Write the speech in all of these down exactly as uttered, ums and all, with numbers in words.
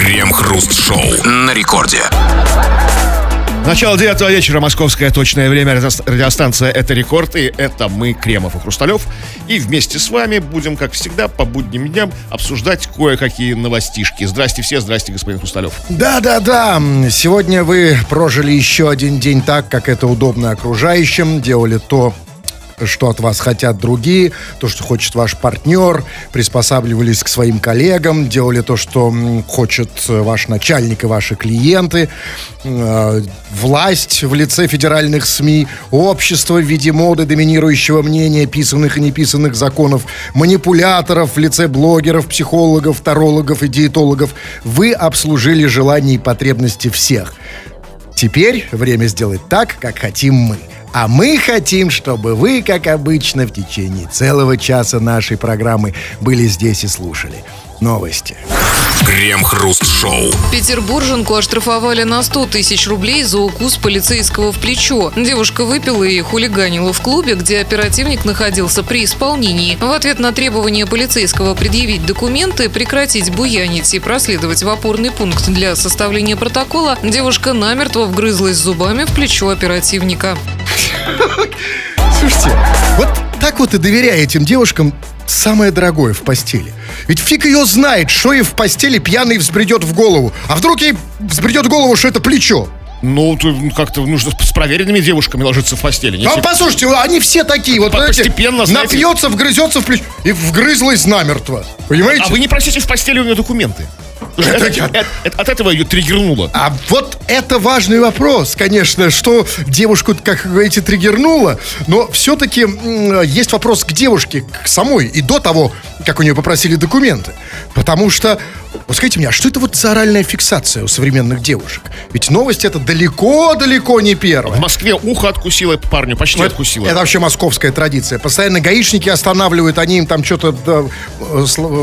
Крем-хруст-шоу на рекорде. Начало девятого вечера, московское точное время, радиостанция «Это рекорд», и это мы, Кремов и Хрусталев. И вместе с вами будем, как всегда, по будним дням обсуждать кое-какие новостишки. Здрасте все, здрасте, господин Хрусталев. Да-да-да, сегодня вы прожили еще один день так, как это удобно окружающим, делали то, что от вас хотят другие, то, что хочет ваш партнер, приспосабливались к своим коллегам, делали то, что хочет ваш начальник и ваши клиенты, э, власть в лице федеральных СМИ, общество в виде моды, доминирующего мнения, писанных и неписанных законов, манипуляторов в лице блогеров, психологов, тарологов и диетологов. Вы обслужили желания и потребности всех. Теперь время сделать так, как хотим мы. А мы хотим, чтобы вы, как обычно, в течение целого часа нашей программы были здесь и слушали новости. Крем-хруст-шоу. Петербурженку оштрафовали на сто тысяч рублей за укус полицейского в плечо. Девушка выпила и хулиганила в клубе, где оперативник находился при исполнении. В ответ на требование полицейского предъявить документы, прекратить буянить и проследовать в опорный пункт для составления протокола, девушка намертво вгрызлась зубами в плечо оперативника. Слушайте, вот так вот и доверяя этим девушкам самое дорогое в постели. Ведь фиг ее знает, что ей в постели пьяный взбредет в голову. А вдруг ей взбредет в голову, что это плечо? Ну, как-то нужно с проверенными девушками ложиться в постели. Не А все... послушайте, они все такие. Вот, постепенно, знаете... Напьется, вгрызется в плечо и вгрызлась намертво. Понимаете? А вы не просите в постели у нее документы? Это, это, это, от этого ее триггернуло. А вот это важный вопрос, конечно, что девушку, как вы говорите, триггернуло. Но все-таки м- есть вопрос к девушке, к самой, и до того, как у нее попросили документы. Потому что, вот скажите мне, а что это вот за оральная фиксация у современных девушек? Ведь новость это далеко-далеко не первая. В Москве ухо откусило парню, почти это, откусило. Это вообще московская традиция. Постоянно гаишники останавливают, они им там что-то... Да,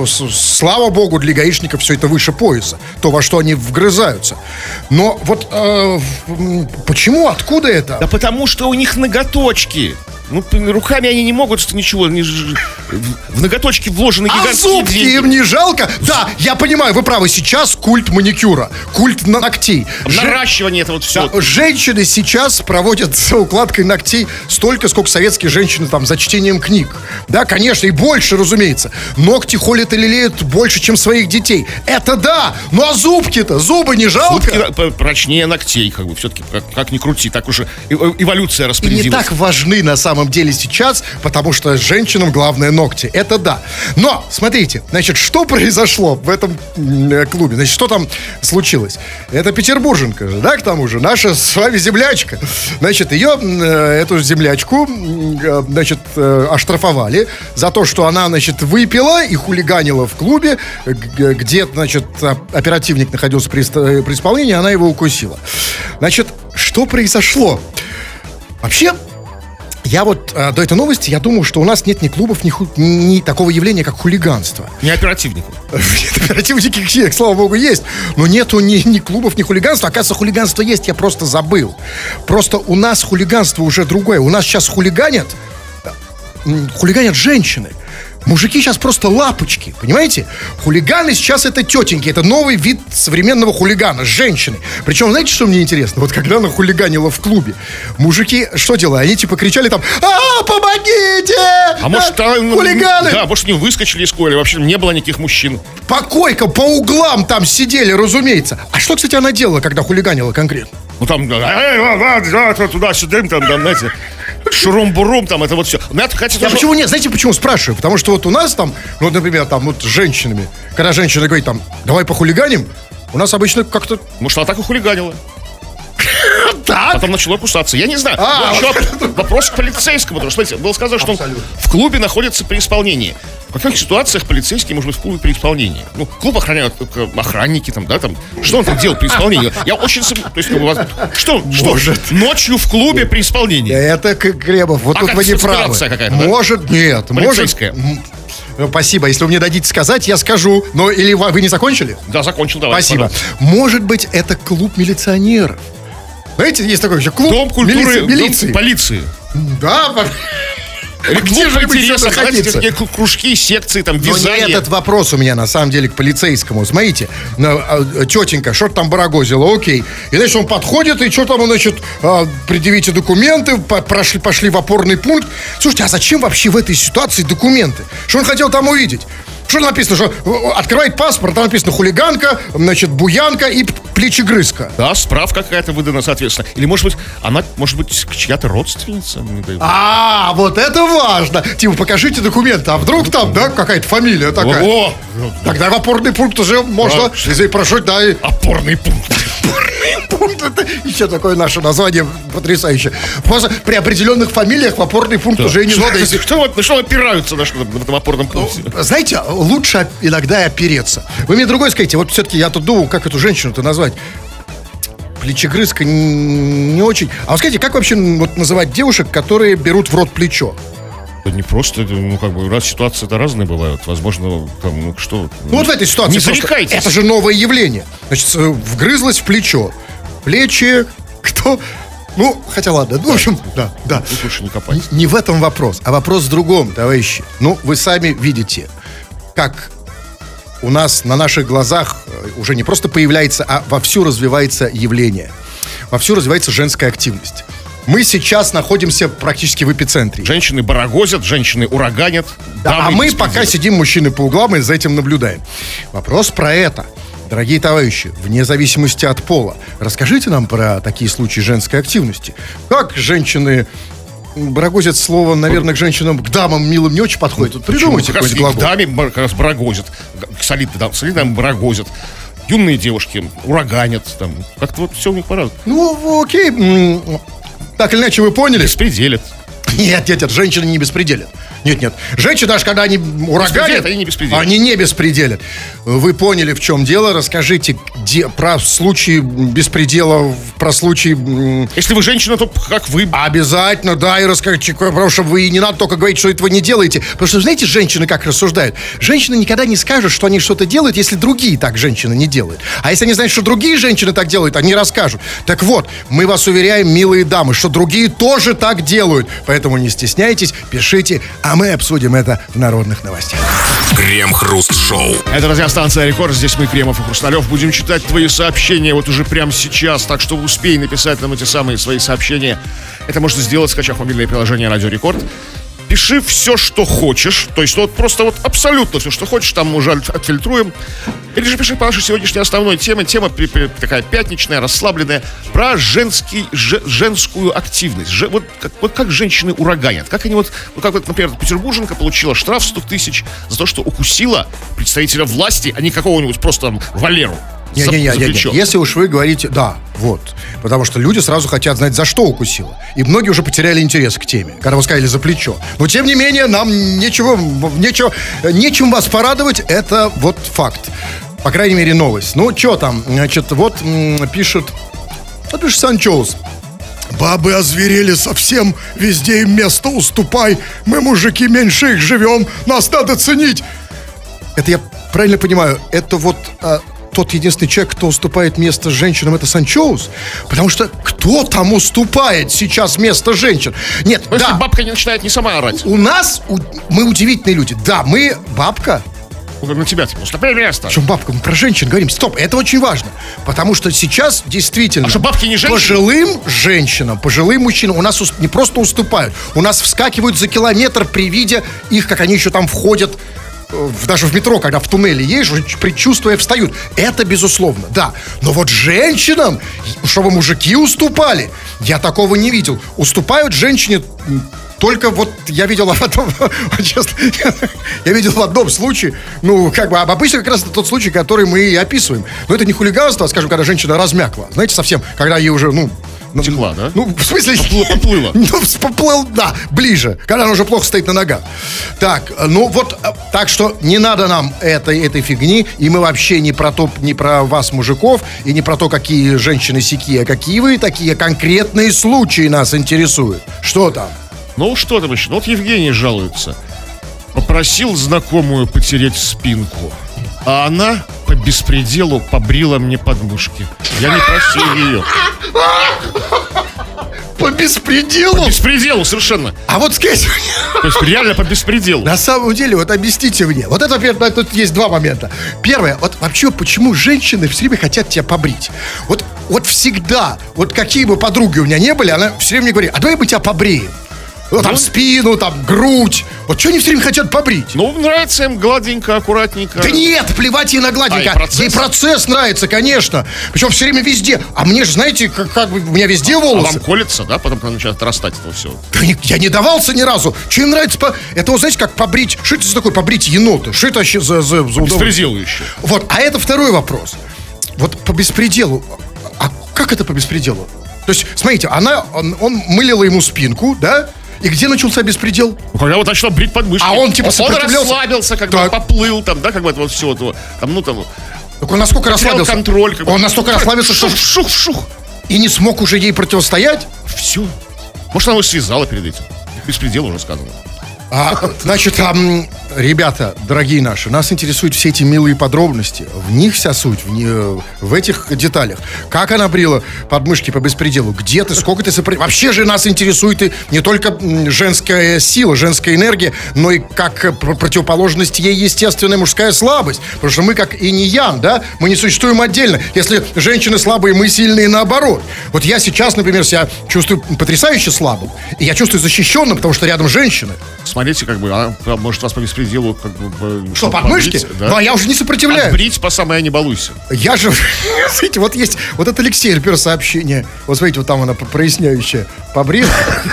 слава богу, для гаишников все это выше пояса. То, во что они вгрызаются. Но вот э, почему, откуда это? Да потому что у них ноготочки. Ну, руками они не могут, что ничего. Они же в ноготочки вложены гигантские деньги. А зубки деньги. Им не жалко? Да, я понимаю, вы правы. Сейчас культ маникюра, культ ногтей. Наращивание это вот все. Да, женщины сейчас проводят за укладкой ногтей столько, сколько советские женщины там за чтением книг. Да, конечно, и больше, разумеется. Ногти холят и лелеют больше, чем своих детей. Это да, ну а зубки-то, зубы не жалко? Зубки прочнее ногтей, как бы, все-таки, как, как ни крути, так уже эволюция распорядилась. И не так важны на самом деле сейчас, потому что женщинам главное ногти. Это да. Но, смотрите, значит, что произошло в этом э, клубе? Значит, что там случилось? Это петербурженка же, да, к тому же, наша с вами землячка. Значит, ее, э, эту землячку, э, значит, э, оштрафовали за то, что она, значит, выпила и хулиганила в клубе, где, значит, оперативник находился при, при исполнении, она его укусила. Значит, что произошло? Вообще, я вот э, до этой новости, я думал, что у нас нет ни клубов, ни, ху, ни, ни такого явления, как хулиганство. Ни оперативников. Нет, оперативники, слава богу, есть. Но нету ни, ни клубов, ни хулиганства. Оказывается, хулиганство есть, я просто забыл. Просто у нас хулиганство уже другое. У нас сейчас хулиганят, хулиганят женщины. Мужики сейчас просто лапочки, понимаете? Хулиганы сейчас это тетеньки, это новый вид современного хулигана, женщины. Причем, знаете, что мне интересно? Вот когда она хулиганила в клубе, мужики что делали? Они типа кричали там: «А, помогите! А может, там, хулиганы!» Да, может, они выскочили из школы, вообще не было никаких мужчин. По койкам, по углам там сидели, разумеется. А что, кстати, она делала, когда хулиганила конкретно? Ну там, туда-сюда, там, там, знаете, шурум-бурум, там, это вот все. Я, хотя, я почему нет? Знаете, почему спрашиваю? Потому что вот у нас там, ну, например, там вот с женщинами, когда женщина говорит там: «Давай похулиганим», у нас обычно как-то... Может, она так и хулиганила. Так? Потом начала кусаться. Я не знаю. А, еще вопрос к полицейскому. Потому что, смотрите, было сказано, что он в клубе находится при исполнении. В каких ситуациях полицейский может быть в клубе при исполнении? Ну, клуб охраняют охранники, там, да, там. Что он там делал при исполнении? Я очень... То есть, у вас... Что? Может. Что? Ночью в клубе при исполнении? Это, Глебов, вот а тут вы не правы. Может, нет. Полицейская. Может... Спасибо. Если вы мне дадите сказать, я скажу. Но или вы не закончили? Да, закончил, давай. Спасибо. Пожалуйста. Может быть, это клуб милиционеров. Знаете, есть такой еще клуб Дом культуры, милиции. Дом полиции. Да, Где же вы еще находиться? Какие кружки, секции, там, Но вязание. не этот вопрос у меня, на самом деле, к полицейскому. Смотрите, тетенька, что там барагозила, окей. И, значит, он подходит, и что там, значит, предъявите документы, прошли, пошли в опорный пункт. Слушайте, а зачем вообще в этой ситуации документы? Что он хотел там увидеть? Что написано, что открывает паспорт, там написано хулиганка, значит, буянка и плечегрызка. Да, справка какая-то выдана, соответственно. Или, может быть, она, может быть, чья-то родственница? А, вот это важно. Типа, покажите документы, а вдруг там, да, какая-то фамилия такая. О, тогда в опорный пункт уже можно, да. если прошу, да, и... Опорный пункт. Опорный пункт, это еще такое наше название потрясающее. Просто при определенных фамилиях в опорный пункт да. уже и не надо идти. Что, на что опираются на что в этом опорном пункте? Знаете, лучше иногда и опереться. Вы мне другое скажите, вот все-таки я тут думал, как эту женщину-то назвать. Плечегрызка не очень. А вот скажите, как вообще вот называть девушек, которые берут в рот плечо? Это не просто, ну, как бы, раз ситуации-то разные бывают. Возможно, там, ну, что... Ну, вот в этой ситуации не зарекайтесь. Это же новое явление. Значит, вгрызлась в плечо. Плечи, кто... Ну, хотя ладно, ну, в общем, да, да. Тут лучше не копать. Не, не в этом вопрос, а вопрос в другом, товарищи. Ну, вы сами видите, как у нас на наших глазах уже не просто появляется, а вовсю развивается явление. Вовсю развивается женская активность. Мы сейчас находимся практически в эпицентре. Женщины барагозят, женщины ураганят. Да, а мы пока сидим, мужчины по углам, и за этим наблюдаем. Вопрос про это. Дорогие товарищи, вне зависимости от пола, расскажите нам про такие случаи женской активности. Как женщины барагозят, слово, наверное, к женщинам, к дамам милым не очень подходит. Вот придумайте какой-нибудь глагол. К даме как раз барагозят, к солидным, солидным барагозят. Юные девушки ураганят, там, как-то вот все у них по-разному. Ну, окей. Так или иначе, вы поняли? Беспределят. Нет, нет, нет, женщины не беспределят. Нет, нет. Женщины, даже когда они ураганят, они не беспределят. Они не беспределят. Вы поняли, в чем дело. Расскажите где, про случаи беспредела, про случаи... Если вы женщина, то как вы? Обязательно, да, и расскажите, потому что вы не надо только говорить, что этого не делаете. Потому что, знаете, женщины как рассуждают? Женщины никогда не скажут, что они что-то делают, если другие так женщины не делают. А если они знают, что другие женщины так делают, они расскажут. Так вот, мы вас уверяем, милые дамы, что другие тоже так делают. Поэтому не стесняйтесь, пишите, а мы обсудим это в народных новостях. Крем-хруст-шоу. Это радиостанция «Рекорд». Здесь мы, Кремов и Хрусталев. Будем читать твои сообщения вот уже прямо сейчас. Так что успей написать нам эти самые свои сообщения. Это можно сделать, скачав мобильное приложение «Радио Рекорд». Пиши все, что хочешь. То есть, ну, вот просто вот абсолютно все, что хочешь. Там мы уже отфильтруем. Или же пиши по нашей сегодняшней основной теме. Тема при, при, такая пятничная, расслабленная. Про женский, ж, женскую активность. Ж, вот, как, вот как женщины ураганят. Как они вот, вот как вот, например, петербурженка получила штраф сто тысяч за то, что укусила представителя власти, а не какого-нибудь просто там Валеру. Не-не-не, если уж вы говорите, да, вот. Потому что люди сразу хотят знать, за что укусила. И многие уже потеряли интерес к теме, когда вы сказали за плечо. Но, тем не менее, нам нечего, нечего, нечем вас порадовать, это вот факт. По крайней мере, новость. Ну, что там, значит, вот м- пишет, вот пишет Санчоус. Бабы озверели совсем, везде им место уступай. Мы, мужики, меньше их живем, нас надо ценить. Это я правильно понимаю, это вот... А, тот единственный человек, кто уступает место женщинам, это Санчоус. Потому что кто там уступает сейчас место женщин? Нет, но да. Если бабка не начинает не сама орать. У нас, у, мы удивительные люди. Да, мы бабка. На тебя, типа, уступай место. Причем бабка, мы про женщин говорим. Стоп, это очень важно. Потому что сейчас действительно... А что, бабки не женщины? Пожилым женщинам, пожилым мужчинам у нас не просто уступают. У нас вскакивают за километр при виде их, как они еще там входят... Даже в метро, когда в туннеле едешь, предчувствуя, встают. Это безусловно, да. Но вот женщинам, чтобы мужики уступали, я такого не видел. Уступают женщине только вот я видел в одном, честно, я видел в одном случае, ну, как бы, обычно как раз это тот случай, который мы и описываем. Но это не хулиганство, а, скажем, когда женщина размякла. Знаете, совсем, когда ей уже, ну... Текла, да? Ну, в смысле... Поплыла. поплыла. Ну, поплыл, да, ближе, когда она уже плохо стоит на ногах. Так, ну вот, так что не надо нам этой, этой фигни, и мы вообще не про то, не про вас, мужиков, и не про то, какие женщины сякие, а какие вы, такие конкретные случаи нас интересуют. Что там? Ну, что там еще? Ну, вот Евгений жалуется. Попросил знакомую потереть спинку, а она по беспределу побрила мне подмышки. Я не просил ее. По беспределу? По беспределу, совершенно. А вот скажите... То есть реально по беспределу. На самом деле, вот объясните мне. Вот это, во-первых, тут есть два момента. Первое, вот вообще, почему женщины все время хотят тебя побрить? Вот, вот всегда, вот какие бы подруги у меня не были, она все время мне говорит, а давай мы тебя побреем. Ну, там, спину, там, грудь. Вот что они все время хотят побрить? Ну, нравится им гладенько, аккуратненько. Да нет, плевать ей на гладенько. А, и процесс? Ей процесс нравится, конечно. Причем все время везде. А мне же, знаете, как, как бы, у меня везде волосы. А вам колется, да, потом, когда начинает отрастать это все? Да не- я не давался ни разу. Что им нравится? По... Это, вот, знаете, как побрить. Что это за такое побрить енота? Что это вообще за, за, за удовольствие? Беспределу еще. Вот, а это второй вопрос. Вот по беспределу. А как это по беспределу? То есть, смотрите, она, он, он мылила ему спинку, да? И где начался беспредел? Ну, когда вот начал брить подмышки. А он, типа, Он сопротивлялся? расслабился, когда Так. поплыл там, да, как бы это вот все. Вот, там, ну, там... Так он настолько потерял расслабился. контроль. Как бы. Он настолько расслабился, что... Шух, шух, шух. И не смог уже ей противостоять? Все. Может, она его связала перед этим. Беспредел уже сказано. А, значит, а, м, ребята, дорогие наши, нас интересуют все эти милые подробности. В них вся суть, в, не- в этих деталях. Как она брила подмышки по беспределу? Где ты, сколько ты сопротив... Вообще же нас интересует и не только м, женская сила, женская энергия, но и как э, пр- противоположность ей естественная мужская слабость. Потому что мы как инь и ян, да? Мы не существуем отдельно. Если женщины слабые, мы сильные наоборот. Вот я сейчас, например, себя чувствую потрясающе слабым. И я чувствую защищенным, потому что рядом женщины. Смотрите, как бы, она может вас по беспределу как бы... Что, подмышки? побрить, да? Ну, а я уже не сопротивляюсь. Отбрить по самое не балуйся. Я же, смотрите, вот есть, вот это Алексей, например, сообщение. Вот смотрите, вот там она проясняющая. Побрил.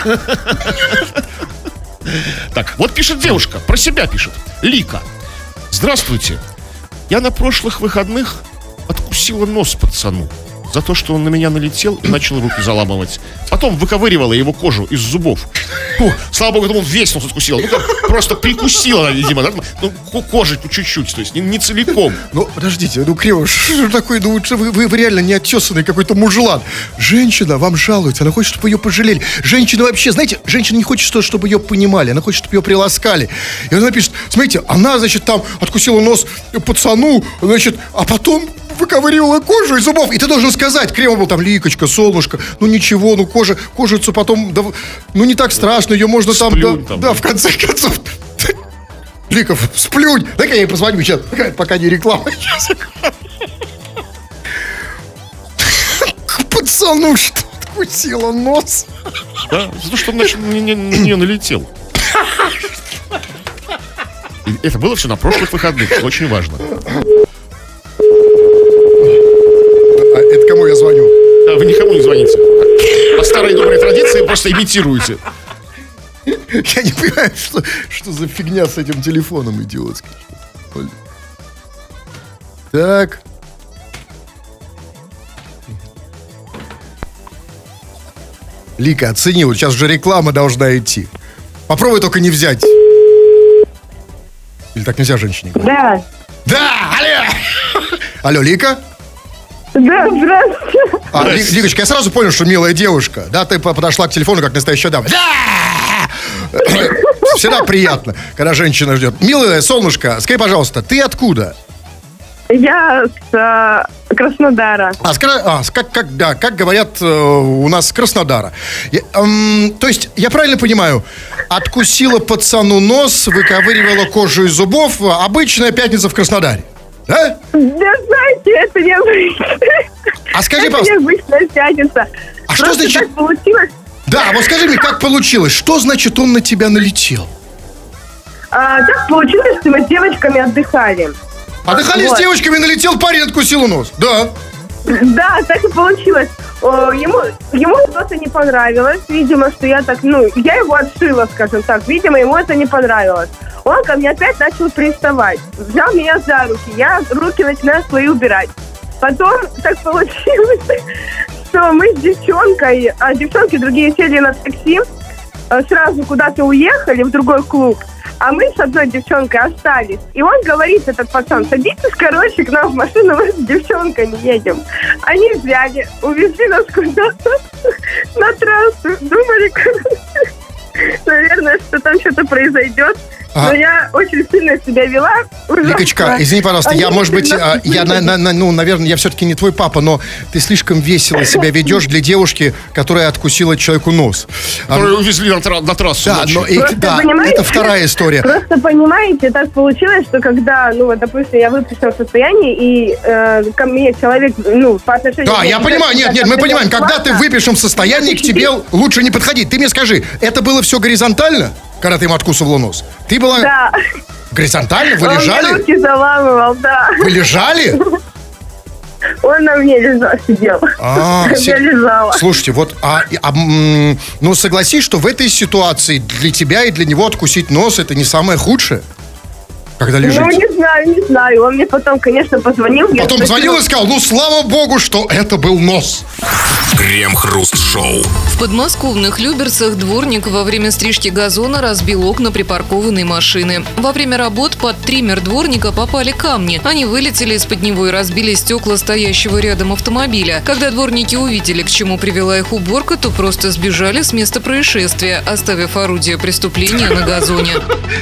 Так, вот пишет девушка, про себя пишет. Лика. Здравствуйте. Я на прошлых выходных откусила нос пацану за то, что он на меня налетел и начал руки заламывать. Потом выковыривала его кожу из зубов. Фу, слава богу, он весь нос откусила. Ну, как просто прикусила, видимо, да? Ну, ко- кожечку чуть-чуть, то есть не, не целиком. Ну, подождите, ну, Криво, что же такое, ну, что вы, вы, вы реально неотесанный какой-то мужлан. Женщина вам жалуется, она хочет, чтобы ее пожалели. Женщина вообще, знаете, женщина не хочет, что- чтобы ее понимали, она хочет, чтобы ее приласкали. И она пишет, смотрите, она, значит, там откусила нос пацану, значит, а потом выковыривала кожу из зубов. И ты должен сказать, Криво был там, Ликочка, солнышко, ну ничего, ну кожа, кожицу потом, да, ну не так страшно, ее можно там, Сплюнь да, там, да, да. в конце концов. Ликов, сплюнь. Дай-ка я ей позвоню сейчас, пока не реклама. К пацану что откусила нос. Да? За то, что он нач- на не- на нее налетел. И это было все на прошлых выходных, что очень важно. А это кому я звоню? Да, вы никому не звоните. По старой доброй традиции просто имитируете. Я не понимаю, что, что за фигня с этим телефоном идиотской. Так. Лика, оцени, вот сейчас же реклама должна идти. Попробуй только не взять. Или так нельзя женщине говорить? Да. Да, алло! Алло, Лика? Да, здравствуйте. А, Ли- Ликочка, я сразу понял, что милая девушка. Да, ты по- подошла к телефону, как настоящая дама. Да! Всегда приятно, когда женщина ждет. Милая солнышко, скажи, пожалуйста, ты откуда? Я с э, Краснодара. А, скажи, а, с- как, как, да, как говорят э, у нас с Краснодара. Я, эм, то есть, я правильно понимаю, откусила пацану нос, выковыривала кожу из зубов. Обычная пятница в Краснодаре. Да? Да, знаете, это не обычно. А скажи, это пожалуйста. необычная пятница. А что Просто значит- так получилось. Да, вот скажи мне, как получилось? Что значит он на тебя налетел? А, так получилось, что мы с девочками отдыхали. Отдыхали Вот. с девочками, налетел парень, откусил нос. Да. Да, так и получилось. О, ему, ему что-то не понравилось. Видимо, что я так, ну, я его отшила, скажем так. Видимо, ему это не понравилось. Он ко мне опять начал приставать. Взял меня за руки. Я руки начинаю свои убирать. Потом так получилось, что мы с девчонкой, а девчонки другие сели на такси, э, сразу куда-то уехали в другой клуб. А мы с одной девчонкой остались. И он говорит, этот пацан, садитесь, короче, к нам в машину, мы с девчонками едем. Они взяли, увезли нас куда-то на трассу. Думали, короче, наверное, что там что-то произойдет. А. Но я очень сильно себя вела. Ужасно. Ликочка, извини, пожалуйста, Они я, может быть, сильно а, я, на- на- на- ну, наверное, я все-таки не твой папа, но ты слишком весело себя ведешь для девушки, которая откусила человеку нос. А, Которые увезли на, тра- на трассу да, ночью. но и- Просто, да, понимаете? это вторая история. Просто понимаете, так получилось, что когда, ну вот, допустим, я в выпившем состоянии, и э, ко мне человек, ну, по отношению... Да, к я мне понимаю, нет, нет, мы как-то понимаем, когда ты в классно. выпившем состоянии, к тебе лучше не подходить. Ты мне скажи, это было все горизонтально, когда ты ему откусывала нос? Ты была Да. горизонтально? Вы Он мне лежали? руки заламывал, да. Вы лежали? Он на мне лежал, сидел. А, Я се- лежала. Слушайте, вот, а, а, м, ну согласись, что в этой ситуации для тебя и для него откусить нос это не самое худшее, когда Ну, лежите. не знаю, не знаю. Он мне потом, конечно, позвонил. я Потом спросила, звонил и сказал, ну слава богу, что это был нос. Крем-хруст-шоу. В подмосковных Люберцах дворник во время стрижки газона разбил окна припаркованной машины. Во время работ под триммер дворника попали камни. Они вылетели из-под него и разбили стекла стоящего рядом автомобиля. Когда дворники увидели, к чему привела их уборка, то просто сбежали с места происшествия, оставив орудие преступления на газоне.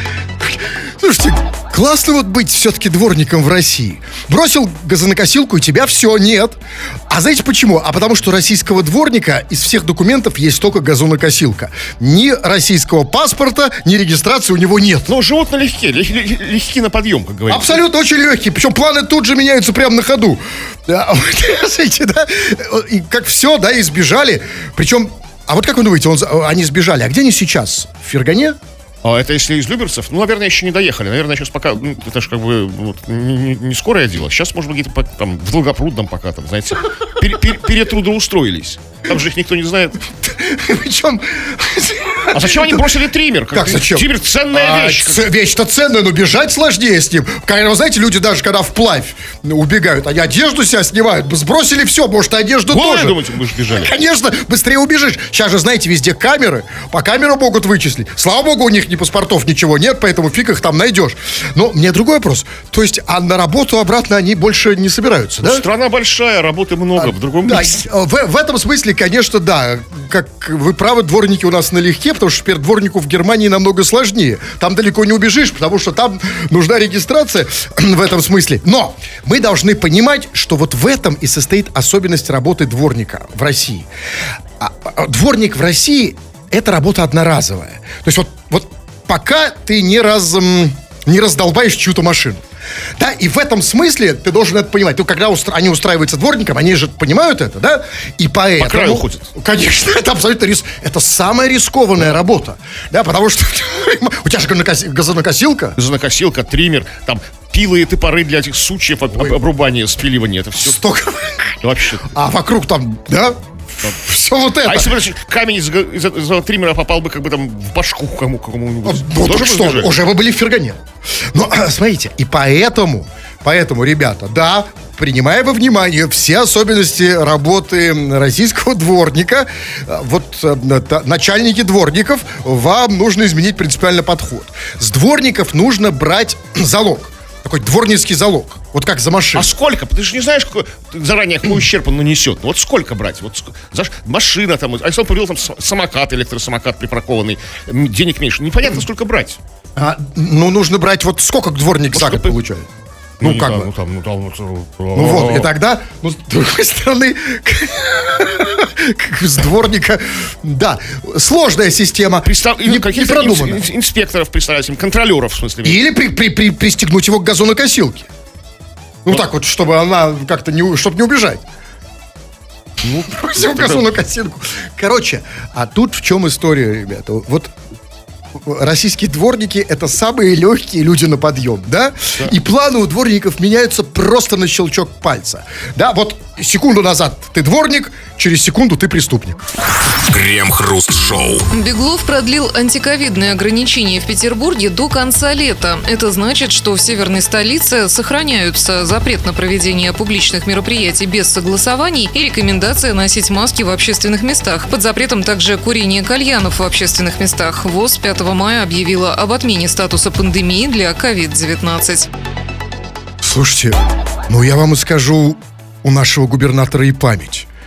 Слушайте, классно вот быть все-таки дворником в России. Бросил газонокосилку, и тебя все, нет. А знаете почему? А потому что российского дворника из всех документов есть только газонокосилка. Ни российского паспорта, ни регистрации у него нет. Но живут налегке, лег- лег- легки на подъем, как говорится. Абсолютно очень легкий. Причем планы тут же меняются прямо на ходу. Да, вот, знаете, да? И как все, да, и сбежали. Причем, а вот как вы думаете, он, за- они сбежали? А где они сейчас? В Фергане? А это если из Люберцев? Ну, наверное, еще не доехали. Наверное, сейчас пока... Ну, это же как бы вот, не, не- не скорое дело. Сейчас, может быть, где-то по- там в Долгопрудном пока там, знаете, пере- пере- перетрудоустроились. Там же их никто не знает. Причем... А зачем они бросили триммер? Как зачем? Триммер ценная А, вещь. ц- Вещь-то ценная, но бежать сложнее с ним. Когда, вы знаете, люди даже когда вплавь ну, убегают, они одежду себя снимают, сбросили все, может, и одежду Голые, тоже. думаете, будешь бежали? Конечно, быстрее убежишь. Сейчас же, знаете, везде камеры. По камерам могут вычислить. Слава богу, у них ни паспортов, ничего нет, поэтому фиг их там найдешь. Но мне другой вопрос. То есть, а на работу обратно они больше не собираются, да? Страна большая, работы много, в другом Да, месте. в, в этом смысле, конечно, да. Как вы правы, дворники у нас налегке, потому что теперь дворнику в Германии намного сложнее. Там далеко не убежишь, потому что там нужна регистрация в этом смысле. Но мы должны понимать, что вот в этом и состоит особенность работы дворника в России. А, а, дворник в России – это работа одноразовая. То есть вот, вот пока ты не, раз, м, не раздолбаешь чью-то машину. Да, и в этом смысле ты должен это понимать. Ну, когда устра- они устраиваются дворником, они же понимают это, да? И поэтому... По краю ходят. Конечно, это абсолютно рис... Это самая рискованная работа. Да, потому что у тебя же газонокоси- газонокосилка. Занокосилка, триммер, там пилы и топоры для этих сучьев, об- об- обрубания, спиливания. Это все Столько... вообще. А вокруг там, да? Все вот это. А если бы значит, камень из, га- из, из триммера попал бы как бы там в башку кому, кому-нибудь? Ну, Тоже так что, побежали? уже вы были в Фергане. Но, смотрите, и поэтому, поэтому, ребята, да, принимая во внимание все особенности работы российского дворника, вот э, та- начальники дворников, вам нужно изменить принципиально подход. С дворников нужно брать залог. Такой дворницкий залог. Вот как за машину. А сколько? Ты же не знаешь, какой, заранее какой ущерб он нанесет. Ну, вот сколько брать? Вот ск- за ш- машина там, а если он повел там с- самокат, электросамокат припаркованный, м, денег меньше, непонятно, сколько брать. А, ну, нужно брать вот сколько дворник за Может, год по- получает? Ну, не как знаю, бы. ну, там, ну, там, ну, Ну вот, и тогда, ну, с другой стороны, как с дворника, да, сложная система, Представ... не, не каких-то продуманная. инс- инспекторов, представляете, контролеров, в смысле. Или при, при- при- пристегнуть его к газонокосилке. Ну, так вот, чтобы она как-то не, у- чтобы не убежать. Ну, бросил газонокосилку. Короче, а тут в чем история, ребята? Вот российские дворники — это самые легкие люди на подъем, да? И планы у дворников меняются просто на щелчок пальца. Да, вот секунду назад ты дворник, через секунду ты преступник. Крем-хруст-шоу. Беглов продлил антиковидные ограничения в Петербурге до конца лета. Это значит, что в северной столице сохраняются запрет на проведение публичных мероприятий без согласований и рекомендация носить маски в общественных местах. Под запретом также курение кальянов в общественных местах. ВОЗ пятого мая объявила об отмене статуса пандемии для ковид девятнадцать. Слушайте, ну я вам и скажу, у нашего губернатора и память.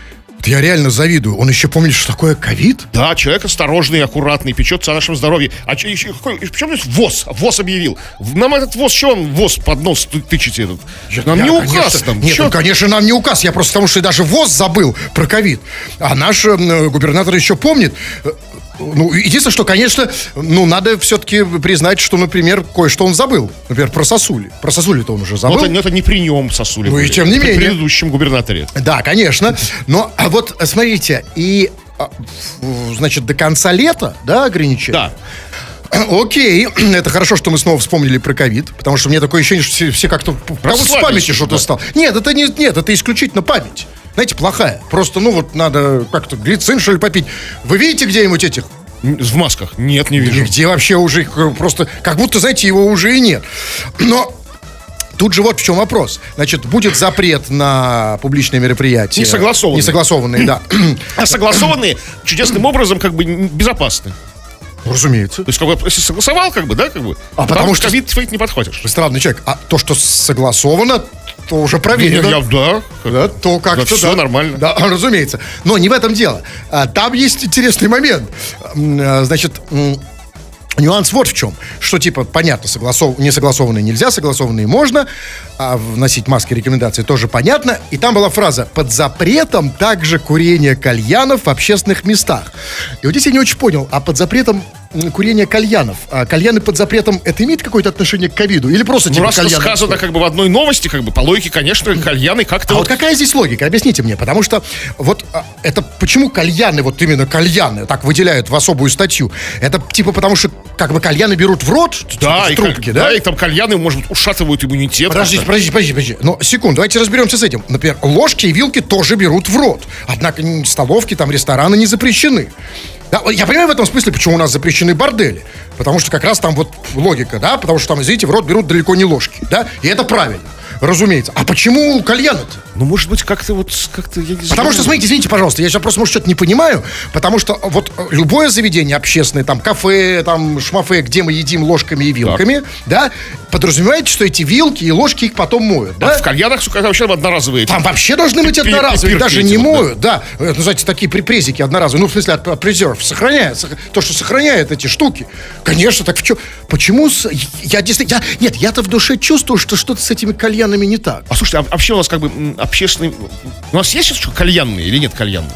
Я реально завидую. Он еще помнит, что такое ковид? Да, человек осторожный, аккуратный, печется о нашем здоровье. А че, еще, какой, причем здесь ВОЗ? ВОЗ объявил. Нам этот ВОЗ, что он ВОЗ под нос ты- тычете этот? Нам Я, не указ конечно, там. Нет, Чё? ну, конечно, нам не указ. Я просто потому, что даже ВОЗ забыл про ковид. А наш э, губернатор еще помнит. Э, Ну, единственное, что, конечно, ну, надо все-таки признать, что, например, кое-что он забыл. Например, про сосули. Про сосули-то он уже забыл. Ну, это, это не при нем сосули. Ну, и были. тем не При менее. предыдущем губернаторе. Да, конечно. Но а вот смотрите, и а, в- значит, до конца лета, да, ограничения? Да. Окей, это хорошо, что мы снова вспомнили про ковид, потому что мне такое ощущение, что все, все как-то в кого-то с Расслабились, памяти что-то да. стало. Нет, это не, нет, это исключительно память. Знаете, плохая. Просто, ну вот надо как-то глицин, что ли, попить. Вы видите где-нибудь этих? В масках? Нет, не вижу. Где вообще уже их э, просто, как будто, знаете, его уже и нет. Но тут же вот в чем вопрос. Значит, будет запрет на публичные мероприятия. Несогласованные. Несогласованные, да. А согласованные чудесным образом как бы н- безопасны. Разумеется. То есть, как бы, если согласовал, как бы, да, как бы, А потому что- ковид фейк не подхватишь. Вы странный человек. А то, что согласовано, то уже проверено. Я- да. Да, то как-то Да, всё нормально. Да, разумеется. Но не в этом дело. А, Там есть интересный момент. М, а, Значит, м, нюанс вот в чем. Что, типа, понятно, согласов... несогласованные нельзя, согласованные можно. А вносить маски рекомендации тоже понятно. И там была фраза: под запретом также курение кальянов в общественных местах. И вот здесь я не очень понял, а под запретом м, курение кальянов. А кальяны под запретом, это имеет какое-то отношение к ковиду? Или просто Ну, типа раз кальяны? сказано как бы в одной новости, как бы по логике, конечно, кальяны как-то А вот... вот какая здесь логика? Объясните мне. Потому что вот а, это почему кальяны, вот именно кальяны, так выделяют в особую статью? Это типа потому что как бы кальяны берут в рот, Да, в и, трубки, как- да? да, и там кальяны, может быть, ушатывают иммунитет. Подождите, как-то. подождите, подождите, подождите. Но секунду, давайте разберемся с этим. Например, ложки и вилки тоже берут в рот. Однако м, столовки, там, рестораны не запрещены. Да, я понимаю в этом смысле, почему у нас запрещены бордели. Потому что как раз там вот логика, да? Потому что там, извините, в рот берут далеко не ложки, да? И это правильно, разумеется. А почему кальяны-то? Ну, может быть, как-то вот, как-то, я не знаю. Потому что, смотрите, извините, пожалуйста, я сейчас просто, может, что-то не понимаю, потому что вот э, любое заведение общественное, там, кафе, там, шмафе, где мы едим ложками и вилками, да, подразумевает, что эти вилки и ложки их потом моют, да? А в кальянах, сука, вообще одноразовые. Там вообще должны быть Пи- пи- одноразовые, пипирки даже эти не вот, да. моют, да. Это, знаете, такие припрезики одноразовые, ну, в смысле, от, от презервов, сохраняет, сох- то, что сохраняет эти штуки. Конечно, так в чё- почему, с- я действительно, я- нет, я-то в душе чувствую, что что-то с этими кальянами не так. А слушайте, а вообще у нас как бы м, общественный... У нас есть сейчас что, кальянные или нет кальянных?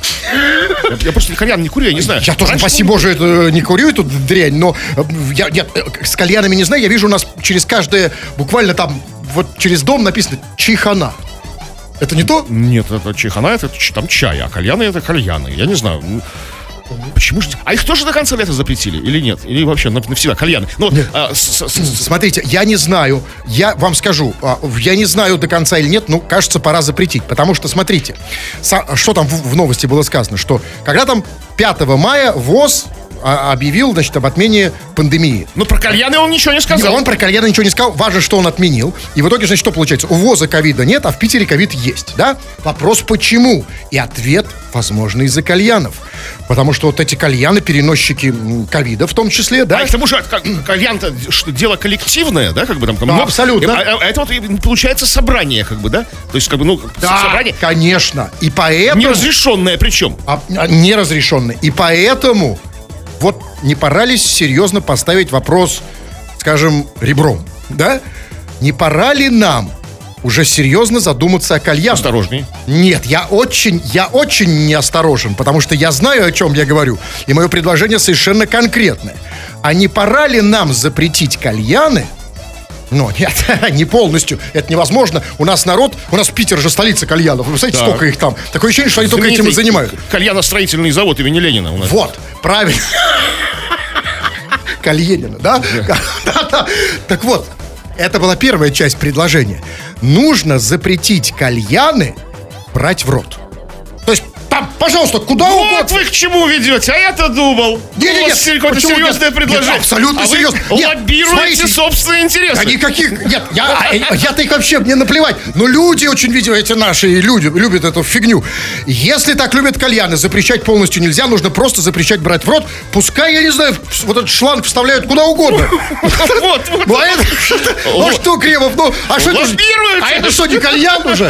Я, я просто кальян не курю, я не знаю. Я тоже, Раньше спаси боже, это, не курю эту дрянь, но э, я, я, э, с кальянами не знаю, я вижу у нас через каждое, буквально там, вот через дом написано «Чайхана». Это не то? Нет, это чайхана, это ч- там чай, а кальяны это кальяны. Я не знаю. ну, Почему же... А их тоже до конца лета запретили или нет? Или вообще нав- навсегда кальяны? Ну, а, с- с- с- Смотрите, я не знаю, я вам скажу, а, я не знаю до конца или нет, но кажется, пора запретить. Потому что, смотрите, са- что там в, в новости было сказано, что когда там пятого мая ВОЗ а, объявил, значит, об отмене пандемии. ну, про кальяны он ничего не сказал. Он про кальяны ничего не сказал. Важно, что он отменил. И в итоге, значит, что получается? У ВОЗа ковида нет, а в Питере ковид есть, да? Вопрос, почему? И ответ, возможно, из-за кальянов. Потому что вот эти кальяны, переносчики м, ковида в том числе, да? А и к тому же как- кальян-то что, дело коллективное, да, как бы там... там Да, много- абсолютно. А, а- а это вот и получается собрание, как бы, да? То есть, как бы, ну, Да, собрание конечно. И поэтому... неразрешенное причем. А, а, неразрешенный. И поэтому вот не пора ли серьезно поставить вопрос, скажем, ребром, да? Не пора ли нам уже серьезно задуматься о кальянах? Осторожней. Нет, я очень, я очень неосторожен, потому что я знаю, о чем я говорю, и мое предложение совершенно конкретное. А не пора ли нам запретить кальяны? Ну, нет, не полностью, это невозможно. У нас народ, у нас Питер же столица кальянов, вы представляете, Так. сколько их там? Такое ощущение, что они только этим и Знаменитый занимаются. Кальяностроительный завод имени Ленина у нас. Вот, правильно. Кальянина, да? Да-да. Так вот, это была первая часть предложения. Нужно запретить кальяны брать в рот. То есть, там, пожалуйста, куда Вот угодно. вы к чему ведете, а я-то думал. Не-не-не, У вас какое-то почему серьезное нет? предложение. Нет, абсолютно а вы серьезно. Нет, лоббируете смотрите. собственные интересы. Да никаких, нет, я, а, я-то их вообще, мне наплевать. Но люди очень, видимо, эти наши люди любят эту фигню. Если так любят кальяны, запрещать полностью нельзя, нужно просто запрещать брать в рот. Пускай, я не знаю, вот этот шланг вставляют куда угодно. Вот, вот. Ну, а это, ну что, Кремов, ну, а что это? Лоббируете. А это что, не кальян уже?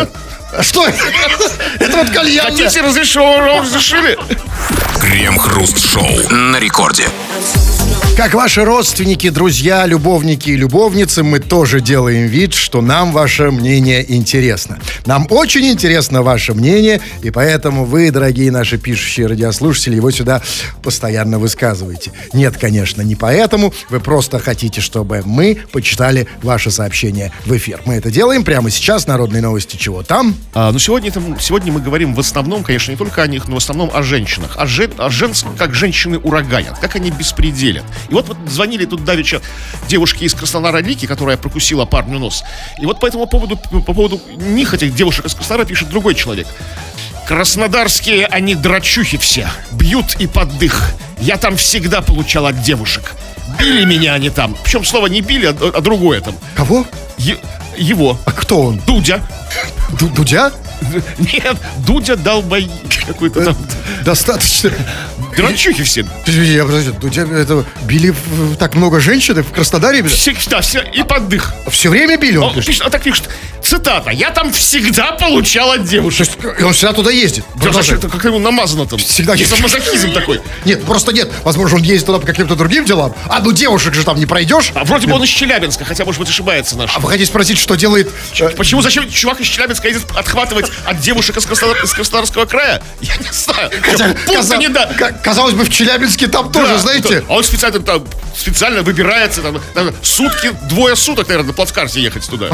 А что это? Это вот кальян. Хотите разрешено, разрешили? Крем-хруст-шоу на рекорде. Как ваши родственники, друзья, любовники и любовницы, мы тоже делаем вид, что нам ваше мнение интересно. Нам очень интересно ваше мнение, и поэтому вы, дорогие наши пишущие радиослушатели, его сюда постоянно высказываете. Нет, конечно, не поэтому. Вы просто хотите, чтобы мы почитали ваше сообщение в эфир. Мы это делаем прямо сейчас. Народные новости чего там? А, ну, сегодня, это, сегодня мы говорим в основном, конечно, не только о них, но в основном о женщинах. О, жен, о женском, как женщины ураганят, как они беспределят. И вот, вот звонили тут давеча девушки из Краснодара Лики, которая прокусила парню нос. И вот по этому поводу, по поводу них, этих девушек из Краснодара, пишет другой человек. Краснодарские они драчухи все, бьют и под дых. Я там всегда получал от девушек. Били меня они там. Причем слово не били, а, а другое там. Кого? Е- его. А кто он? Дудя. Ду- Дудя? Нет, Дудя долбой какой-то там. Достаточно. Драчухи все. Я, подожди, Дудя, это били в- так много женщин в Краснодаре? Все, да, все, и под дых. Все время били, он Он пишет? пишет, а так пишет, цитата, я там всегда получал от То девушек. есть, и он всегда туда ездит? Да, Продолжай. зачем это как ему намазано там? Всегда Это ездит. мазохизм такой. Нет, просто нет. Возможно, он ездит туда по каким-то другим делам. А ну девушек же там не пройдешь. А вроде бы он из Челябинска, хотя, может быть, ошибается наш. А вы хотите спросить, что делает... э, Почему, зачем чувак из Челябинска едет отхватывать от девушек из, Краснодар- из Краснодарского края? Я не знаю. Хотя, Пункта каза- не да. ка- казалось бы, в Челябинске там тоже, Да, знаете... да. А он специально там специально выбирается, там, там сутки, двое суток, наверное, на плацкарте ехать туда.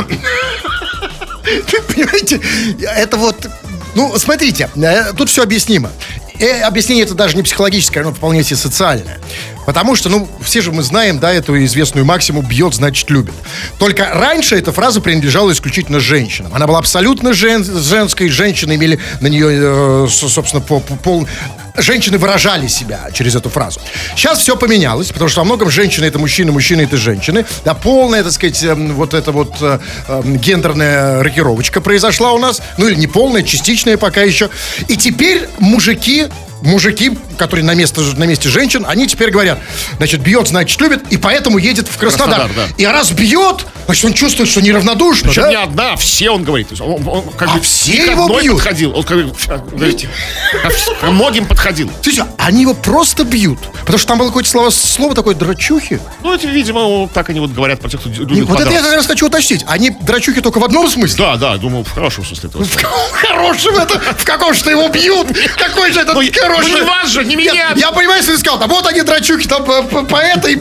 Понимаете, это вот... Ну, смотрите, э, тут все объяснимо. И объяснение это даже не психологическое, оно вполне себе социальное. Потому что, ну, все же мы знаем, да, эту известную максиму «бьет, значит, любит». Только раньше эта фраза принадлежала исключительно женщинам. Она была абсолютно жен- женской, женщины имели на нее, э, со- собственно, по, по, пол... Женщины выражали себя через эту фразу. Сейчас все поменялось, потому что во многом женщины — это мужчины, мужчины — это женщины. Да, полная, так сказать, э, вот эта вот э, э, гендерная рокировочка произошла у нас. Ну, или не полная, частичная пока еще. И теперь мужики... Мужики, которые на, место, на месте женщин, они теперь говорят, значит, бьет, значит, любит, и поэтому едет в Краснодар. Краснодар, да. И раз бьет, значит, он чувствует, что неравнодушно, Причем да? не одна, а все, он говорит. То есть он, он как А бы все не к его одной бьют? подходил. Он как бы, говорит, ко вс- ко многим подходил. Слушайте, они его просто бьют. Потому что там было какое-то слово, слово такое «драчухи». Ну, это, видимо, так они вот говорят про тех, кто И любит вот это я подраться. как раз хочу уточнить. Они драчухи только в одном смысле? Да, да, думаю, в хорошем смысле этого слова. В хорошем это, в каком что его бьют? Какой же этот Ну, хороший? ну, не вас же, не меня. Я, я понимаю, если ты сказал, там вот они драчухи, там по, по- по этой...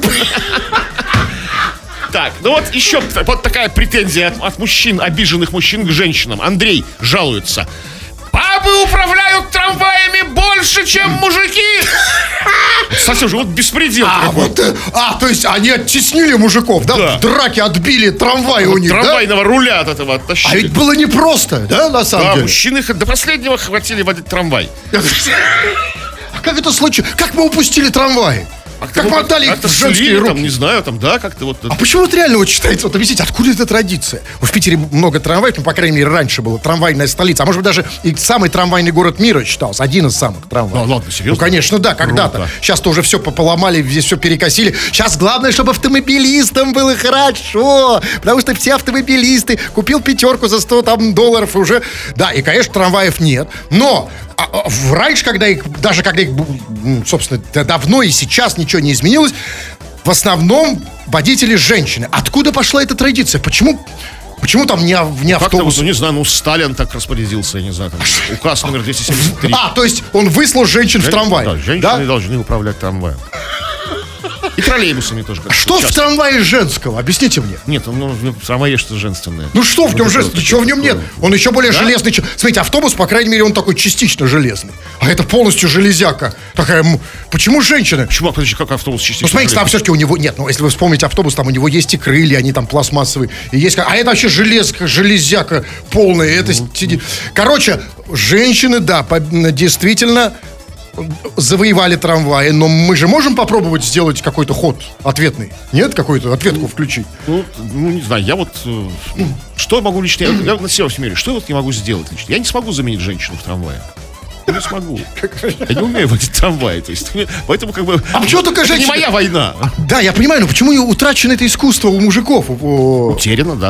Так, ну вот еще вот такая претензия от, от мужчин, обиженных мужчин к женщинам. Андрей жалуется. Бабы управляют трамваями больше, чем мужики. Совсем же, вот беспредел. А, какой. вот, э, а, то есть они оттеснили мужиков, да? Да. В драке отбили трамвай у них, да? Трамвайного руля от этого оттащили. А ведь было непросто, да, на самом Да, деле? мужчины их до последнего хватили водить трамвай. А как это случилось? Как мы упустили трамваи? Как мы отдали их Как-то в женские слили, руки? там, не знаю, там, да, как-то вот. А почему это реально вот считается? Вот объясните, откуда эта традиция? Вот в Питере много трамваев, ну, по крайней мере, раньше было трамвайная столица. А может быть, даже и самый трамвайный город мира считался. Один из самых трамваев. Да ладно, серьезно? Ну, конечно, да, когда-то. Круто. Сейчас-то уже все поломали, здесь все перекосили. Сейчас главное, чтобы автомобилистам было хорошо. Потому что все автомобилисты купил пятерку за сто там, долларов и уже... Да, и, конечно, трамваев нет. Но а, а, в- раньше, когда их, даже когда их, м, собственно, д- давно и сейчас ничего не изменилось, в основном водители женщины. Откуда пошла эта традиция? Почему, почему там не, а- не Как-то, автобус? вот, ну, не знаю, ну, Сталин так распорядился, я не знаю, там, указ номер двести семьдесят три. А, то есть он выслал женщин в трамвай. Да, женщины да? должны управлять трамваем. И троллейбусами тоже. как Что сейчас. в трамвае женского? Объясните мне. Нет, ну, в трамвае что-то женственное. Ну что в нем Вот это же, вот ничего в нем нет. такое. Он еще более Да? железный. чем- Смотрите, автобус, по крайней мере, он такой частично железный. А это полностью железяка. Такая, м, почему женщины? Почему, подожди, как автобус частично? Ну, смотрите, там все-таки у него... Нет, ну, если вы вспомните автобус, там у него есть и крылья, они там пластмассовые. И есть, а это вообще железка, железяка полная. Это сидит. Короче, женщины, да, по- действительно завоевали трамваи, но мы же можем попробовать сделать какой-то ход ответный. Нет, какую-то ответку включить. Ну, ну, не знаю, я вот... э, что я могу лично... Я, я на себя смерю. Что я вот не могу сделать лично? Я не смогу заменить женщину в трамвае. Я не смогу. Я не умею водить трамвай. То есть, поэтому как бы... А почему только это не женщины? моя война. Да, я понимаю, но почему утрачено это искусство у мужиков? У- у- Утеряно, да.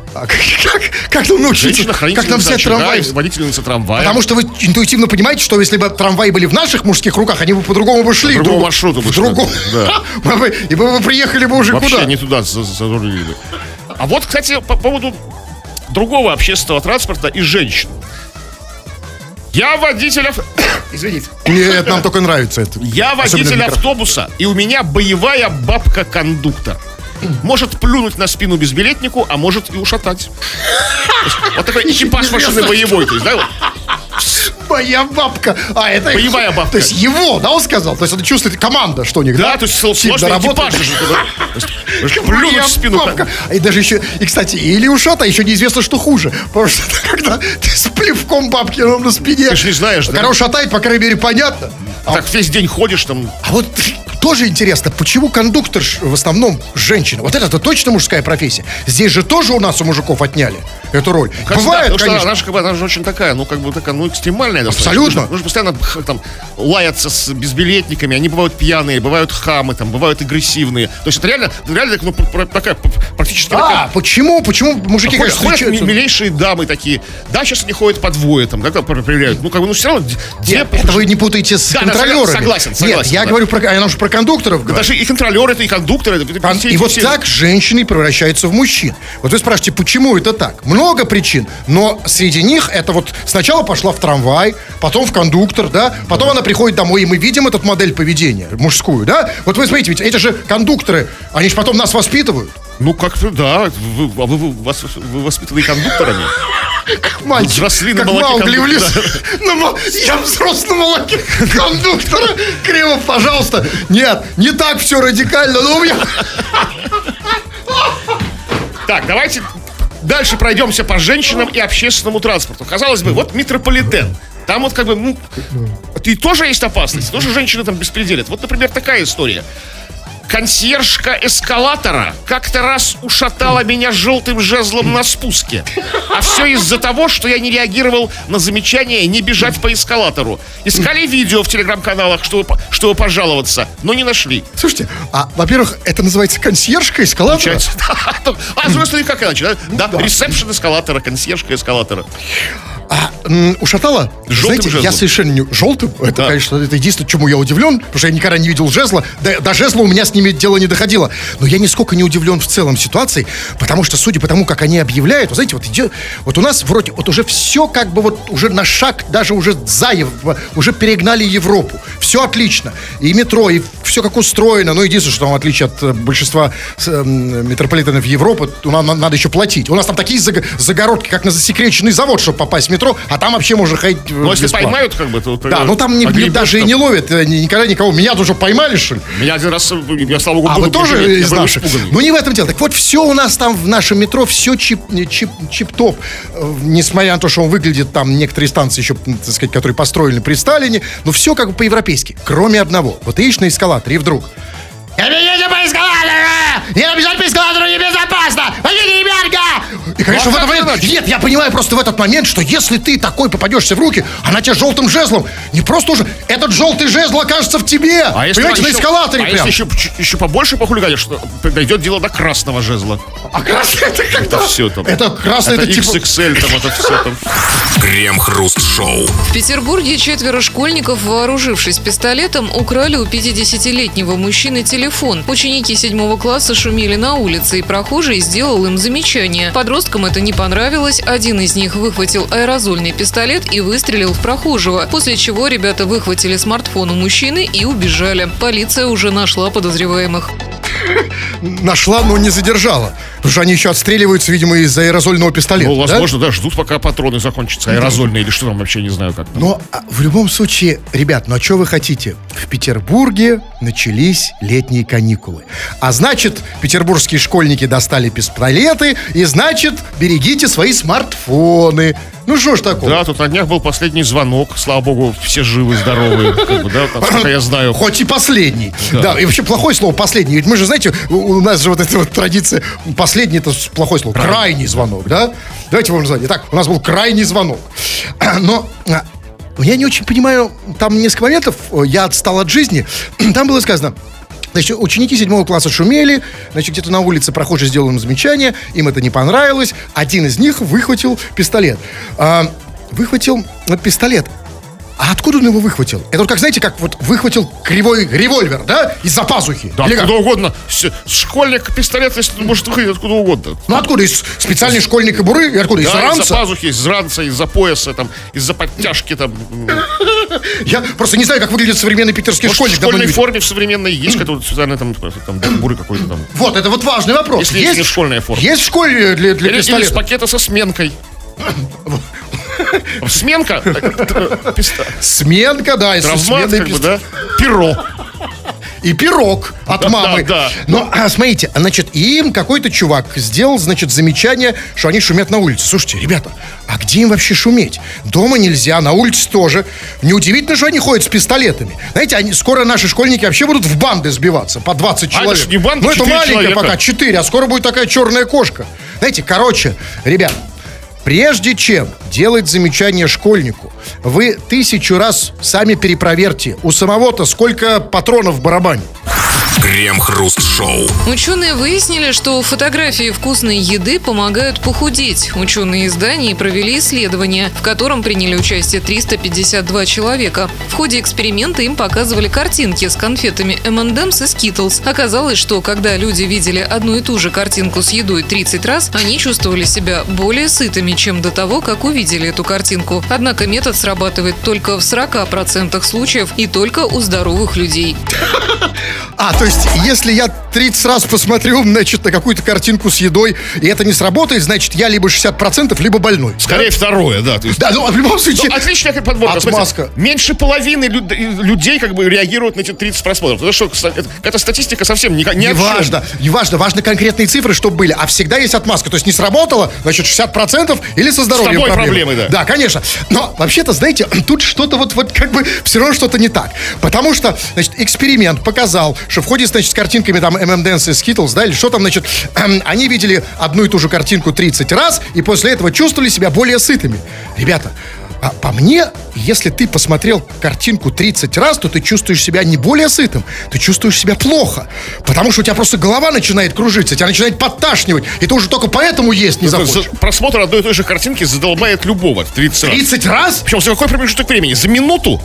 А как, как, как нам научиться? Как нам взять трамвай? Да, водительница трамвая. Потому что вы интуитивно понимаете, что если бы трамваи были в нашших мужских руках, они бы по-другому бы шли. По другому маршруту бы шли. Да. И бы вы приехали бы уже вообще куда? Вообще не туда зарулили бы. А вот, кстати, по поводу другого общественного транспорта и женщин. Я водитель... Ав... Извините. Нет, нам только нравится это. Я водитель автобуса, и у меня боевая бабка-кондуктор. Может плюнуть на спину безбилетнику, а может и ушатать. Вот такой экипаж машины боевой. То есть, да, вот. Моя бабка. А, это боевая бабка. То есть его, да, он сказал? То есть он чувствует команда, что у них, да? Да, то есть сложный экипаж. Плюнуть в спину. И даже еще, и, кстати, или ушат, а еще неизвестно, что хуже. Потому что когда ты с плевком бабки на спине. Ты же не знаешь, да? Когда ушатает, по крайней мере, понятно. Так весь день ходишь там. А вот тоже интересно, почему кондуктор в основном женщина? Вот это-то точно мужская профессия. Здесь же тоже у нас у мужиков отняли эту роль. Кстати, бывает, да, конечно. Она же, как бы, она же очень такая, ну, как бы такая, ну, экстремальная. Абсолютно. Нужно, нужно постоянно там лаяться с безбилетниками. Они бывают пьяные, бывают хамы, там, бывают агрессивные. То есть это реально, реально ну, такая, практически а, такая... почему? Почему мужики ходят, ходят ходят милейшие дамы такие. Да, сейчас они ходят по двое, там, как проверяют. Ну, как бы, ну, все равно... Нет, это вы не путаете с да, контролерами. Да, согласен, согласен. Нет, я да. говорю про, я же про кондукторов говорю. Даже и контролеры, это и кондукторы. Это, Кон- все, и вот все... так женщины превращаются в мужчин. Вот вы спрашиваете, почему это так? Много причин, но среди них это вот сначала пошла в трамвай, потом в кондуктор, да, потом она приходит домой, и мы видим эту модель поведения мужскую, да? Вот вы смотрите, ведь эти же кондукторы, они же потом нас воспитывают. Ну, как-то, да, вы, вы, вы, вы, вы воспитаны кондукторами. Как мальчик, взросли как на молоке Маугли в лесу. Да. Ну, я взрос на молоке кондуктора. Криво, пожалуйста. Нет, не так все радикально, но у меня... Так, давайте дальше пройдемся по женщинам и общественному транспорту. Казалось бы, вот метрополитен. Там вот как бы, ну, и тоже есть опасность. Тоже женщины там беспределят. Вот, например, такая история. Консьержка эскалатора как-то раз ушатала меня желтым жезлом на спуске. А все из-за того, что я не реагировал на замечание не бежать по эскалатору. Искали видео в телеграм-каналах, чтобы, чтобы пожаловаться, но не нашли. Слушайте, а, во-первых, это называется консьержка эскалатора? А, с другой стороны, как иначе, да? Да, ресепшн эскалатора, консьержка эскалатора. А, м, ушатала? Желтым Знаете, жезлом. я совершенно не... Желтым? Это, Да. конечно, это единственное, чему я удивлен, потому что я никогда не видел жезла. До, до жезла у меня с ними дело не доходило. Но я нисколько не удивлен в целом ситуации, потому что, судя по тому, как они объявляют, вы знаете, вот идет... Вот у нас вроде вот уже все как бы вот уже на шаг, даже уже за Ев- уже перегнали Европу. Все отлично. И метро, и все как устроено. Но единственное, что там, в отличие от э, большинства э, метрополитенов Европы, у нас надо еще платить. У нас там такие заг- загородки, как на засекреченный завод, чтобы попасть в метро, а там вообще можно ходить э, Ну, если бесплатно. поймают, как бы, то... Да, ну там не, огребут, даже и там. не ловят э, ни- никогда никого. Меня тоже поймали, что ли? Меня один раз, я, слава богу, А был вы тоже я из был наших? испуганный. Ну не в этом дело. Так вот, все у нас там в нашем метро, все чип, чип, чип-топ. Э, Несмотря на то, что он выглядит там, некоторые станции еще, так сказать, которые построены при Сталине, но все как бы по-европейски. Кроме одного. Вот ты едешь на эскалаторе и вдруг... Я едете по эскалатору! Не бежать по эскалатору небезопасно! Пойдите, ребятка! И, конечно, Ну, в а этот как момент... иначе? Нет, я понимаю просто в этот момент, что если ты такой попадешься в руки, она тебя желтым жезлом, не просто уже... Этот желтый жезл окажется в тебе! А если Понимаете, на еще- эскалаторе а прям. если еще, чуть- еще побольше похулиганишь, что дойдет дело до красного жезла. А красный это когда? Это все там. Это красный, это, это, типа... икс икс эль, там это все там. Крем-хруст-шоу. В Петербурге четверо школьников, вооружившись пистолетом, украли у пятидесятилетнего мужчины телефон. Ученики седьмого класса шумели на улице, и прохожий сделал им замечание. Подросткам это не понравилось. Один из них выхватил аэрозольный пистолет и выстрелил в прохожего, после чего ребята выхватили смартфон у мужчины и убежали. Полиция уже нашла подозреваемых. Нашла, но не задержала. Потому что они еще отстреливаются, видимо, из аэрозольного пистолета. Ну, да? возможно, да, ждут, пока патроны закончатся, аэрозольные или что там, вообще не знаю как. Но а, в любом случае, ребят, ну а что вы хотите? В Петербурге начались летние каникулы. А значит, петербургские школьники достали пистолеты, и значит, берегите свои смартфоны. Ну что ж такого? Да, тут на днях был последний звонок, слава богу, все живы, здоровы, как бы, да, насколько я знаю. Хоть и последний. Да. Да. И вообще плохое слово последний. Ведь мы же, знаете, у, у нас же вот эта вот традиция. Последний — это плохое слово. Крайний, крайний звонок, да? Давайте вам назвать. Итак, у нас был крайний звонок. Но а, я не очень понимаю, там несколько моментов я отстал от жизни. Там было сказано: Значит, ученики седьмого класса шумели, значит, где-то на улице прохожий сделал им замечание, им это не понравилось. Один из них выхватил пистолет. А, выхватил пистолет. А откуда он его выхватил? Это вот как, знаете, как вот выхватил кривой револьвер, да? Из-за пазухи. Да, Или откуда как? угодно. С- Школьник пистолет, если может выходить откуда угодно. Ну откуда? Из специальной школьной кобуры? И откуда? Из Да, ранца? из-за пазухи, из ранца, из-за пояса, там, из-за подтяжки, там. Я просто не знаю, как выглядит современный питерский Может, школьник. в давно школьной не видел. форме в современной есть какой-то специальный там, там кобуры какой-то там. Вот, это вот важный вопрос. Если есть не школьная форма. Есть в школе для, для Или, или с пистолета? пакета со сменкой. Сменка, э, писта- Сменка, да, и со травмат, сменой как бы, пист- да, перо. И пирог от Да, мамы. да, да. Но, а, смотрите, значит, им какой-то чувак сделал, значит, замечание, что они шумят на улице. Слушайте, ребята, а где им вообще шуметь? Дома нельзя, на улице тоже. Неудивительно, что они ходят с пистолетами. Знаете, они, скоро наши школьники вообще будут в банды сбиваться, по двадцать А это человек. ж не банда, Ну, это четыре маленькая человека. пока, четыре, а скоро будет такая черная кошка. Знаете, короче, ребят, прежде чем делать замечание школьнику, вы тысячу раз сами перепроверьте, у самого-то сколько патронов в барабане. Крем-хруст-шоу. Ученые выяснили, что фотографии вкусной еды помогают похудеть. Ученые из Дании провели исследование, в котором приняли участие триста пятьдесят два человека. В ходе эксперимента им показывали картинки с конфетами эм энд эмс и Skittles. Оказалось, что когда люди видели одну и ту же картинку с едой тридцать раз, они чувствовали себя более сытыми, чем до того, как увидели эту картинку. Однако метод срабатывает только в сорока процентах случаев и только у здоровых людей. А, то есть, если я тридцать раз посмотрю, значит, на какую-то картинку с едой, и это не сработает, значит, я либо шестьдесят процентов, либо больной. Скорее второе, да. То есть, Да, ну, в любом случае... ну, отличная как подборка. Отмазка. Смотрите, меньше половины люд- людей как бы реагируют на эти тридцать просмотров. Это что, кстати, это, это статистика совсем не, ни Не о чем. важно, не важно, важны конкретные цифры, чтобы были. А всегда есть отмазка. То есть не сработало, значит, шестьдесят процентов или со здоровьем тобой проблемы. проблемы, да. Да, конечно. Но вообще-то, знаете, тут что-то вот, вот как бы все равно что-то не так. Потому что, значит, эксперимент показал, что в ходе, значит, с картинками там эм энд эмс и Skittles, да, или что там, значит, эм, они видели одну и ту же картинку тридцать раз, и после этого чувствовали себя более сытыми. Ребята, а по мне, если ты посмотрел картинку тридцать раз, то ты чувствуешь себя не более сытым, ты чувствуешь себя плохо. Потому что у тебя просто голова начинает кружиться, тебя начинает подташнивать, и ты уже только поэтому есть не захочешь. За- Просмотр одной и той же картинки задолбает любого тридцать раз. тридцать раз? Причем за какой промежуток времени? За минуту?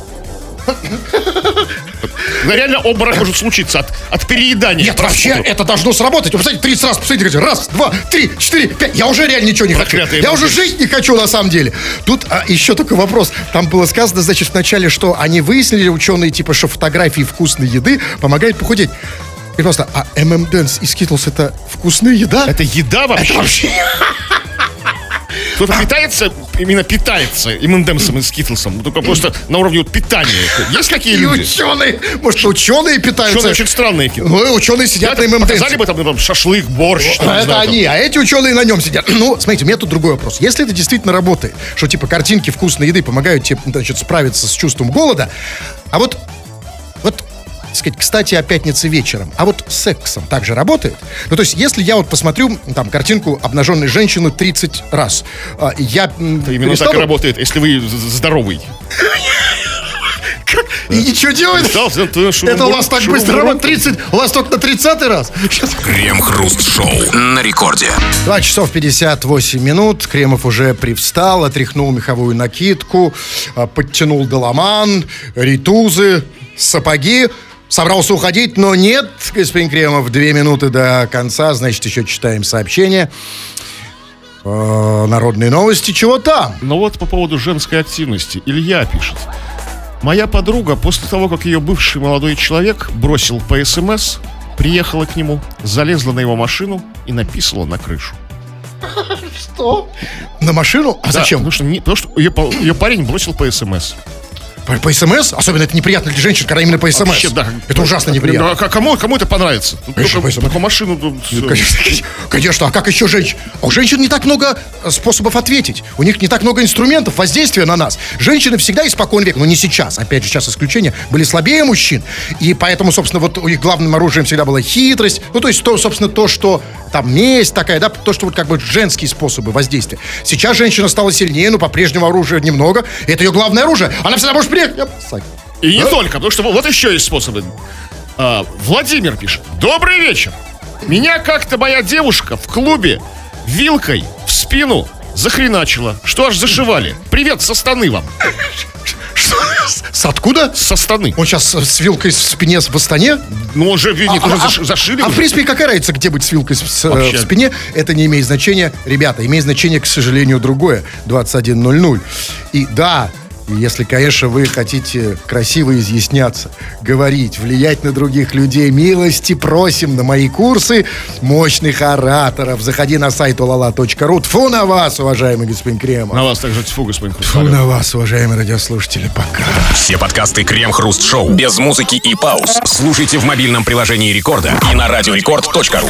Да, реально обморок может случиться от, от переедания. Нет, вообще просмотров. это должно сработать. Вы посмотрите, тридцать раз, посмотрите, раз, два, три, четыре, пять. Я уже реально ничего не хочу. Проклятые Я уже модели. жить не хочу на самом деле. Тут а, еще такой вопрос. Там было сказано, значит, вначале, что они выяснили, ученые, типа, что фотографии вкусной еды помогают похудеть. И просто, а эм энд эмс и Skittles это вкусная еда? Это еда вообще? Это вообще... Кто-то питается, именно питается эм энд эмсом и Скитлсом. Только просто на уровне вот питания. Есть какие И люди? ученые, может, ученые питаются? Ученые очень странные какие-то. Ну, и ученые сидят на эм энд эмсе. Показали бы там, например, шашлык, борщ. там, А не это знаю, там. они, а эти ученые на нем сидят. Ну, смотрите, у меня тут другой вопрос. Если это действительно работает, что типа картинки вкусной еды помогают тебе, значит, справиться с чувством голода, а вот, вот, так сказать, кстати, о пятнице вечером, а вот с сексом также работает? Ну, то есть, если я вот посмотрю там картинку обнаженной женщины тридцать раз, а, я м, Именно перестану- так и работает, если вы з- здоровый. И ничего делать? Стал, да, ты шурум- Это у вас так шурум- быстро работает? тридцать? У вас только на тридцатый раз? Сейчас. Крем-хруст-шоу на рекорде. два часов пятьдесят восемь минут. Кремов уже привстал, отряхнул меховую накидку, а, подтянул доломан, ритузы, сапоги. Собрался уходить, но нет, господин Кремов, две минуты до конца, значит, еще читаем сообщение. Э, Народные новости, чего там? Но вот по поводу женской активности. Илья пишет. Моя подруга после того, как ее бывший молодой человек бросил по СМС, приехала к нему, залезла на его машину и написала на крышу. Что? На машину? А Да, зачем? Потому что, не- потому что ее, по- ее парень бросил по СМС. По, по СМС? Особенно это неприятно для женщин, когда именно по СМС. Вообще, да. Это ужасно неприятно. Ну, а кому, кому это понравится? Тут Конечно, только, по СМС. только машину... тут всё. Конечно, конечно, а как еще женщин? У женщин не так много э, способов ответить. У них не так много инструментов воздействия на нас. Женщины всегда испокон века, но не сейчас. Опять же, сейчас исключение. Были слабее мужчин. И поэтому, собственно, вот у них главным оружием всегда была хитрость. Ну, то есть, то, собственно, то, что там месть такая, да, то, что вот как бы женские способы воздействия. Сейчас женщина стала сильнее, но по-прежнему оружия немного. И это ее главное оружие. Она всегда может приехать. Я- И не Да? только, потому что вот еще есть способы. А, Владимир пишет. Добрый вечер. Меня как-то моя девушка в клубе вилкой в спину захреначила, что аж зашивали. Привет, со Астаны вам. Что? С откуда? Со Астаны. Он сейчас с вилкой в спине в Астане? Ну, уже, видите, А, уже а, заш- зашили. А уже. в принципе, какая разница, где быть с вилкой с- с- Вообще. в спине? Это не имеет значения. Ребята, имеет значение, к сожалению, другое. двадцать один ноль ноль. И да, если, конечно, вы хотите красиво изъясняться, говорить, влиять на других людей, милости просим на мои курсы мощных ораторов. Заходи на сайт олала точка ру. Тьфу на вас, уважаемый господин Кремов. На вас также тьфу, господин Тьфу Хрусталев. на вас, уважаемые радиослушатели. Пока. Все подкасты Крем-Хруст Шоу без музыки и пауз слушайте в мобильном приложении Рекорда и на радиорекорд точка ру.